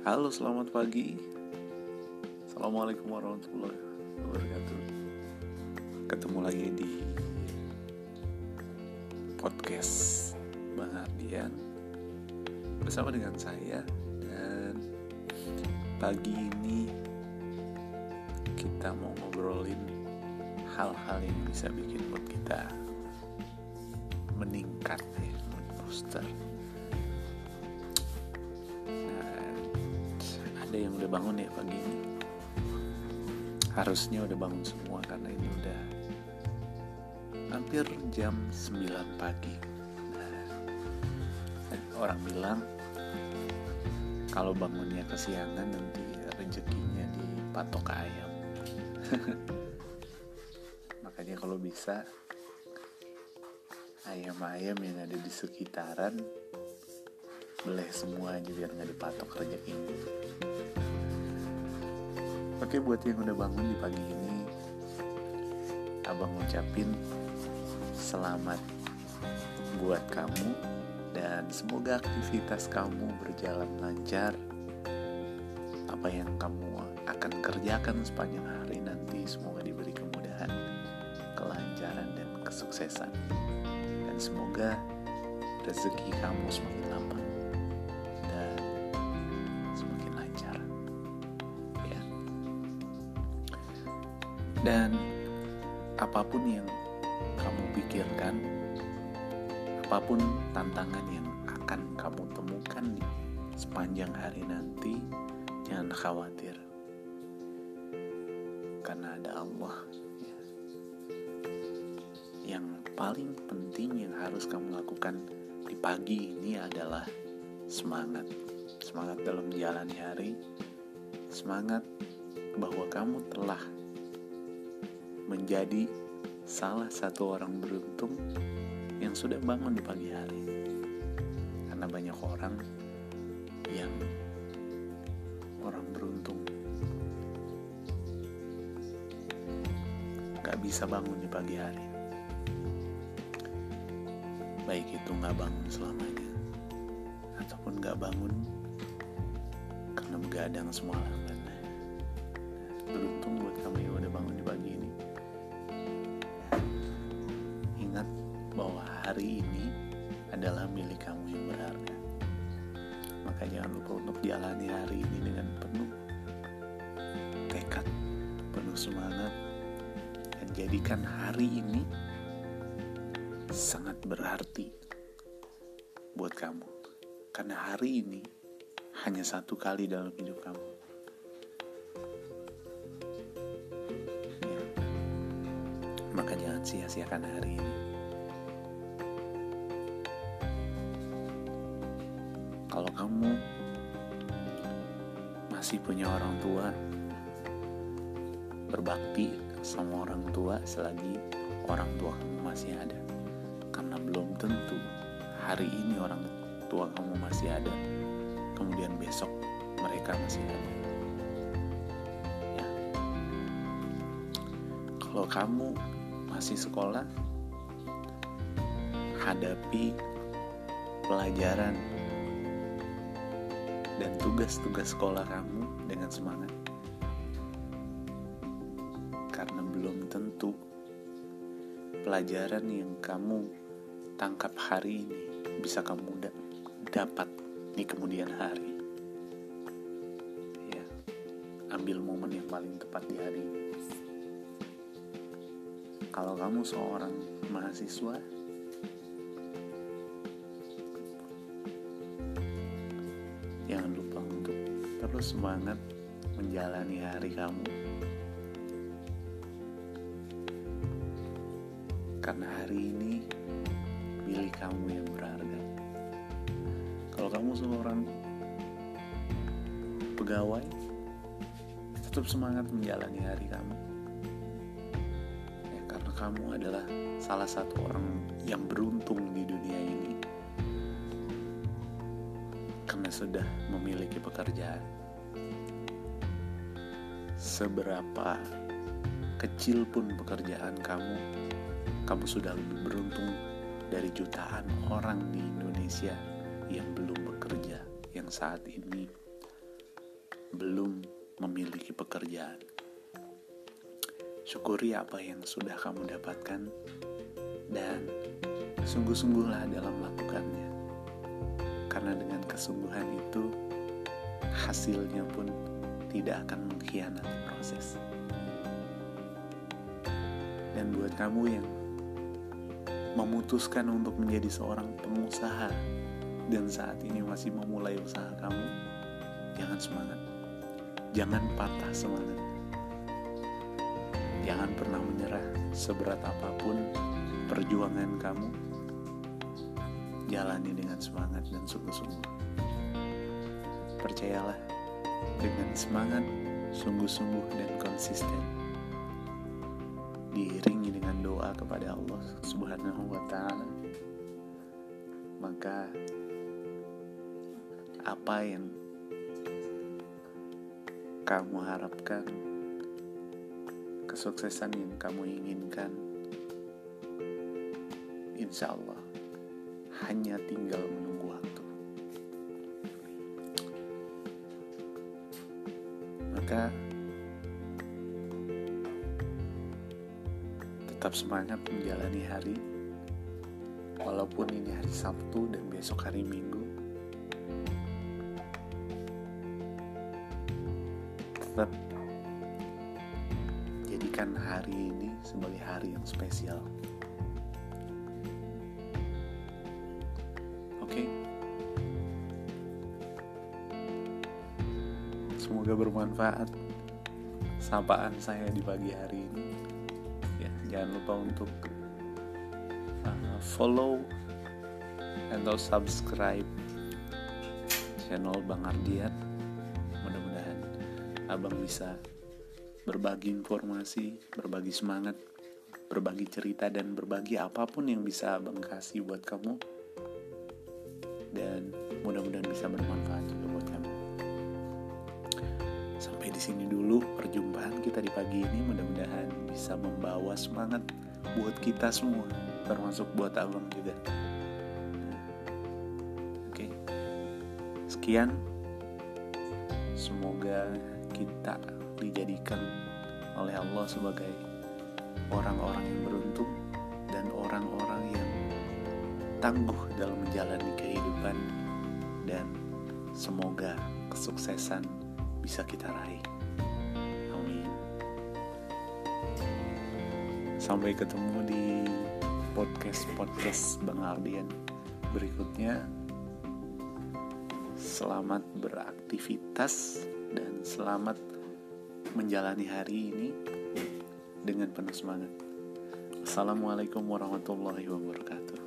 Halo, selamat pagi. Assalamualaikum warahmatullahi wabarakatuh. Ketemu lagi di podcast Bang Ardian bersama dengan saya. Dan pagi ini kita mau ngobrolin hal-hal yang bisa bikin mood kita meningkat, mood booster. Ada yang udah bangun ya pagi ini? Harusnya udah bangun semua karena ini udah hampir jam 9 pagi. Orang bilang kalau bangunnya kesiangan nanti rezekinya dipatok ayam. Makanya kalau bisa ayam-ayam yang ada di sekitaran beleh semua aja biar gak dipatok rezekinya. Oke, buat yang udah bangun di pagi ini, abang ucapin selamat buat kamu dan semoga aktivitas kamu berjalan lancar. Apa yang kamu akan kerjakan sepanjang hari nanti semoga diberi kemudahan, kelancaran dan kesuksesan. Dan semoga rezeki kamu semakin lapang dan semakin lancar. Dan apapun yang kamu pikirkan, apapun tantangan yang akan kamu temukan di sepanjang hari nanti, jangan khawatir, karena ada Allah. Yang paling penting yang harus kamu lakukan di pagi ini adalah semangat dalam menjalani hari, semangat bahwa kamu telah menjadi salah satu orang beruntung yang sudah bangun di pagi hari. Karena banyak orang yang orang beruntung gak bisa bangun di pagi hari, baik itu gak bangun selamanya ataupun gak bangun karena begadang semalaman. Beruntung buat kamu yang udah bangun di pagi ini. Ingat bahwa hari ini adalah milik kamu yang berharga. Maka jangan lupa untuk jalani hari ini dengan penuh tekad, penuh semangat, dan jadikan hari ini sangat berarti buat kamu. Karena hari ini hanya satu kali dalam hidup kamu. Maka jangan sia-siakan hari ini. Kalau kamu masih punya orang tua, berbakti sama orang tua selagi orang tua kamu masih ada. Karena belum tentu hari ini orang tua kamu masih ada, kemudian besok mereka masih ada. Kalau kamu masih sekolah, hadapi pelajaran dan tugas-tugas sekolah kamu dengan semangat. Karena belum tentu pelajaran yang kamu tangkap hari ini bisa kamu dapat di kemudian hari. Ambil momen yang paling tepat di hari ini. Kalau kamu seorang mahasiswa, jangan lupa untuk terus semangat menjalani hari kamu. Karena hari ini milik kamu yang berharga. Kalau kamu seorang pegawai, tetap semangat menjalani hari kamu. Karena kamu adalah salah satu orang yang beruntung di dunia ini. Karena sudah memiliki pekerjaan. Seberapa kecil pun pekerjaan kamu sudah lebih beruntung dari jutaan orang di Indonesia yang belum bekerja, yang saat ini belum memiliki pekerjaan. Syukuri apa yang sudah kamu dapatkan dan sungguh-sungguhlah dalam melakukannya. Karena dengan kesungguhan itu, hasilnya pun tidak akan mengkhianati proses. Dan buat kamu yang memutuskan untuk menjadi seorang pengusaha dan saat ini masih memulai usaha kamu, jangan semangat. Jangan patah semangat. Jangan pernah menyerah. Seberat apapun perjuangan kamu, jalani dengan semangat dan sungguh-sungguh. Percayalah, dengan semangat, sungguh-sungguh dan konsisten, diiringi dengan doa kepada Allah Subhanahu wa Ta'ala, maka apa yang kamu harapkan, kesuksesan yang kamu inginkan, insya Allah hanya tinggal menunggu waktu. Maka tetap semangat menjalani hari, walaupun ini hari Sabtu dan besok hari Minggu. Tetap jadikan hari ini sebagai hari yang spesial. Oke? Semoga bermanfaat sapaan saya di pagi hari ini. Ya, jangan lupa untuk follow atau subscribe channel Bang Ardian. Mudah-mudahan Abang bisa berbagi informasi, berbagi semangat, berbagi cerita, dan berbagi apapun yang bisa Abang kasih buat kamu. Dan mudah-mudahan bisa bermanfaat juga buat kamu. Sampai di sini dulu perjumpaan kita di pagi ini. Mudah-mudahan bisa membawa semangat buat kita semua, termasuk buat Abang juga. Oke. Sekian. Semoga kita dijadikan oleh Allah sebagai orang-orang yang beruntung dan orang-orang yang tangguh dalam menjalani kehidupan, dan semoga kesuksesan bisa kita raih. Amin. Sampai ketemu di podcast Bang Ardian berikutnya. Selamat beraktivitas dan selamat menjalani hari ini dengan penuh semangat. Assalamualaikum warahmatullahi wabarakatuh.